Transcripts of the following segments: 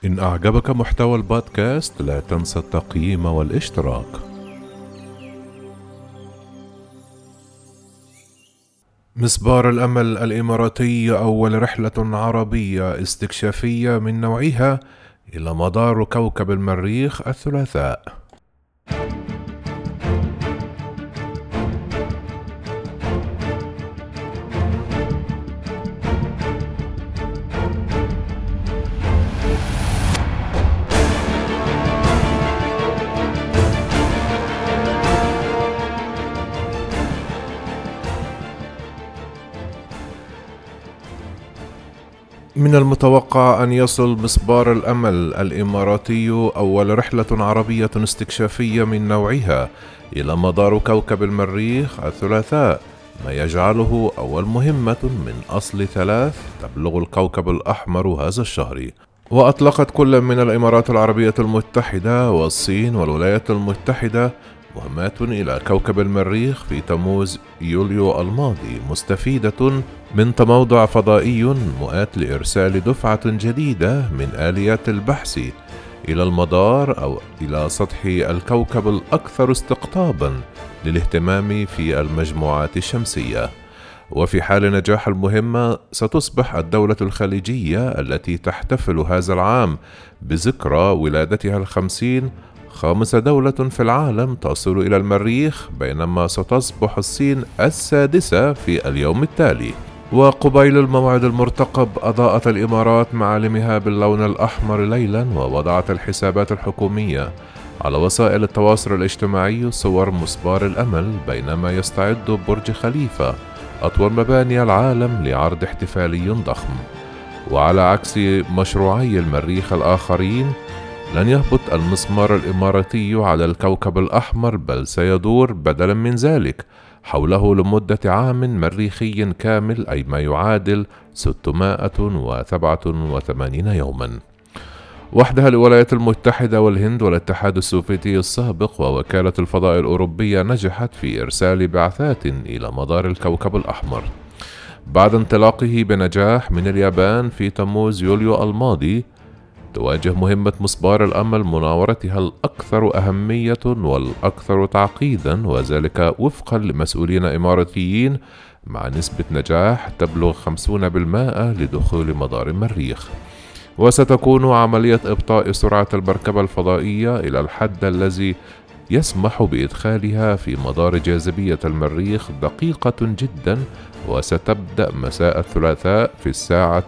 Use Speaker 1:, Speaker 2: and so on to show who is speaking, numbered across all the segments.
Speaker 1: إن أعجبك محتوى البودكاست لا تنسى التقييم والاشتراك. مسبار الأمل الإماراتي أول رحلة عربية استكشافية من نوعها إلى مدار كوكب المريخ الثلاثاء. من المتوقع أن يصل مسبار الأمل الإماراتي أول رحلة عربية استكشافية من نوعها إلى مدار كوكب المريخ الثلاثاء، ما يجعله أول مهمة من أصل 3 تبلغ الكوكب الأحمر هذا الشهر. وأطلقت كل من الإمارات العربية المتحدة والصين والولايات المتحدة مهمات إلى كوكب المريخ في تموز يوليو الماضي، مستفيدة من تموضع فضائي مؤات لإرسال دفعة جديدة من آليات البحث إلى المدار أو إلى سطح الكوكب الأكثر استقطابا للاهتمام في المجموعات الشمسية. وفي حال نجاح المهمة ستصبح الدولة الخليجية التي تحتفل هذا العام بذكرى ولادتها 50 خامس دولة في العالم تصل إلى المريخ، بينما ستصبح الصين السادسة في اليوم التالي. وقبيل الموعد المرتقب أضاءت الإمارات معالمها باللون الأحمر ليلا، ووضعت الحسابات الحكومية على وسائل التواصل الاجتماعي صور مسبار الأمل بينما يستعد برج خليفة أطول مباني العالم لعرض احتفالي ضخم. وعلى عكس مشروعي المريخ الآخرين، لن يهبط المسمار الإماراتي على الكوكب الأحمر، بل سيدور بدلا من ذلك حوله لمدة عام مريخي كامل، أي ما يعادل 687 يوما. وحدها الولايات المتحدة والهند والاتحاد السوفيتي السابق ووكالة الفضاء الأوروبية نجحت في إرسال بعثات إلى مدار الكوكب الأحمر. بعد انطلاقه بنجاح من اليابان في تموز يوليو الماضي، تواجه مهمة مسبار الأمل مناورتها الأكثر أهمية والأكثر تعقيدا، وذلك وفقا لمسؤولين إماراتيين، مع نسبة نجاح تبلغ 50% لدخول مدار المريخ. وستكون عملية إبطاء سرعة المركبة الفضائية إلى الحد الذي يسمح بإدخالها في مدار جاذبية المريخ دقيقة جدا، وستبدأ مساء الثلاثاء في الساعة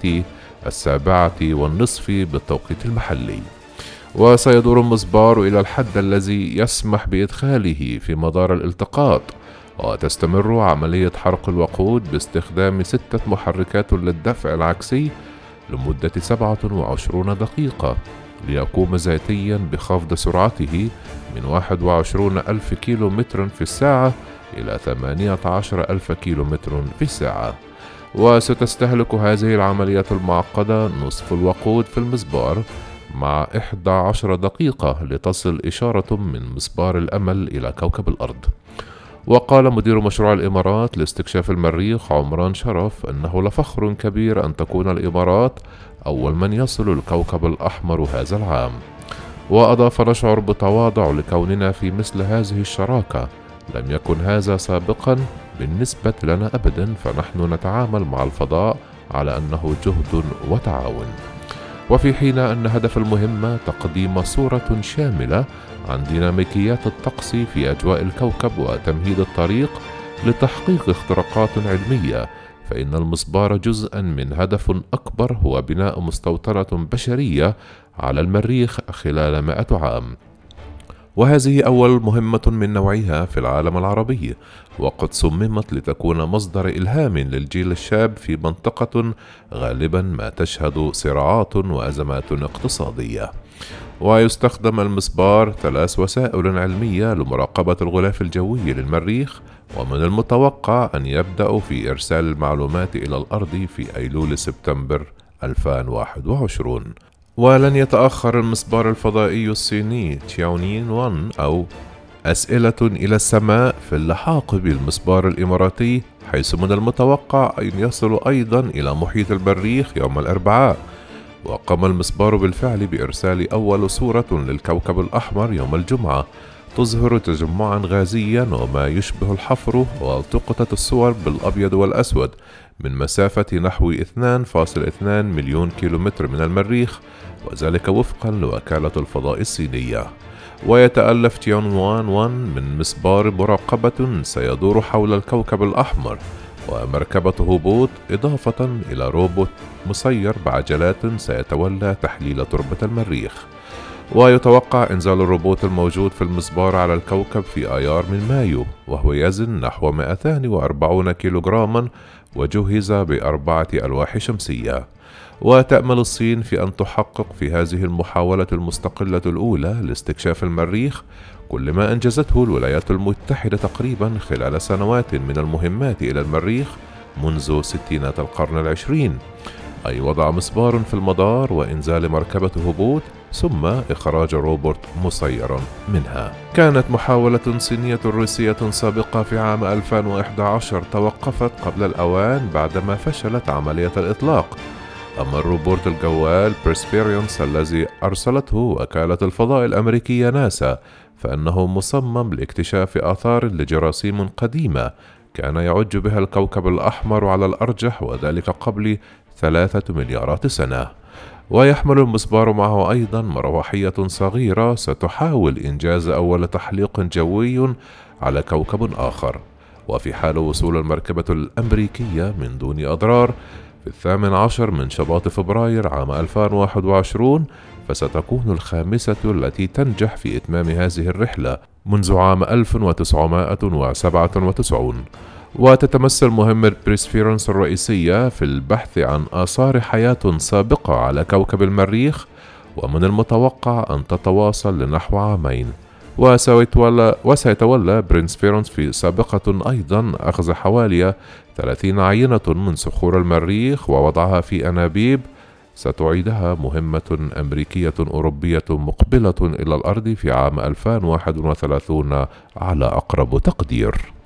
Speaker 1: 7:30 بالتوقيت المحلي. وسيدور المسبار إلى الحد الذي يسمح بإدخاله في مدار الالتقاط، وتستمر عملية حرق الوقود باستخدام 6 محركات للدفع العكسي لمدة 27 دقيقة، ليقوم ذاتيا بخفض سرعته من 21,000 كيلومتر في الساعة إلى 18,000 كيلومتر في الساعة. وستستهلك هذه العملية المعقدة نصف الوقود في المسبار مع 11 دقيقة لتصل إشارة من مسبار الأمل إلى كوكب الأرض. وقال مدير مشروع الإمارات لاستكشاف المريخ عمران شرف أنه لفخر كبير أن تكون الإمارات أول من يصل الكوكب الأحمر هذا العام. وأضاف: نشعر بتواضع لكوننا في مثل هذه الشراكة، لم يكن هذا سابقا بالنسبة لنا أبدا، فنحن نتعامل مع الفضاء على أنه جهد وتعاون. وفي حين أن هدف المهمة تقديم صورة شاملة عن ديناميكيات الطقس في أجواء الكوكب وتمهيد الطريق لتحقيق اختراقات علمية، فإن المسبار جزءا من هدف أكبر هو بناء مستوطنة بشرية على المريخ خلال 100 عام. وهذه أول مهمة من نوعها في العالم العربي، وقد صممت لتكون مصدر إلهام للجيل الشاب في منطقة غالبا ما تشهد صراعات وأزمات اقتصادية. ويستخدم المسبار 3 وسائل علمية لمراقبة الغلاف الجوي للمريخ، ومن المتوقع أن يبدأ في إرسال المعلومات إلى الأرض في أيلول سبتمبر 2021. ولن يتأخر المسبار الفضائي الصيني تياونين 1 أو أسئلة إلى السماء في اللحاق بالمسبار الإماراتي، حيث من المتوقع أن يصل أيضا إلى محيط المريخ يوم الأربعاء. وقام المسبار بالفعل بإرسال أول صورة للكوكب الأحمر يوم الجمعة تظهر تجمعا غازيا وما يشبه الحفر، والتقطت الصور بالأبيض والأسود من مسافة نحو 2.2 مليون كيلومتر من المريخ، وذلك وفقا لوكالة الفضاء الصينية. ويتألف تيانوان 1 من مسبار مراقبة سيدور حول الكوكب الأحمر ومركبة هبوط، إضافة إلى روبوت مسير بعجلات سيتولى تحليل تربة المريخ. ويتوقع إنزال الروبوت الموجود في المسبار على الكوكب في آيار من مايو، وهو يزن نحو 240 كيلوغراما وجهز ب4 ألواح شمسية. وتأمل الصين في أن تحقق في هذه المحاولة المستقلة الأولى لاستكشاف المريخ كل ما أنجزته الولايات المتحدة تقريبا خلال سنوات من المهمات إلى المريخ منذ ستينات القرن العشرين، أي وضع مسبار في المدار وإنزال مركبة هبوط ثم إخراج روبوت مسير منها. كانت محاولة صينية روسية سابقة في عام 2011 توقفت قبل الأوان بعدما فشلت عملية الإطلاق. أما الروبوت الجوال بيرسيفيرنس الذي أرسلته وكالة الفضاء الأمريكية ناسا فإنه مصمم لاكتشاف آثار لجراثيم قديمة كان يعج بها الكوكب الأحمر على الأرجح، وذلك قبل 3 مليارات سنة. ويحمل المسبار معه أيضا مروحية صغيرة ستحاول إنجاز أول تحليق جوي على كوكب آخر. وفي حال وصول المركبة الأمريكية من دون أضرار في 18 من شباط فبراير عام 2021 فستكون الخامسة التي تنجح في إتمام هذه الرحلة منذ عام 1997. وتتمثل مهمة بيرسيفيرنس الرئيسية في البحث عن آثار حياة سابقة على كوكب المريخ، ومن المتوقع أن تتواصل لنحو عامين. وسيتولى بيرسيفيرنس في سابقة أيضا أخذ حوالي 30 عينة من صخور المريخ ووضعها في أنابيب ستعيدها مهمة أمريكية أوروبية مقبلة إلى الأرض في عام 2031 على أقرب تقدير.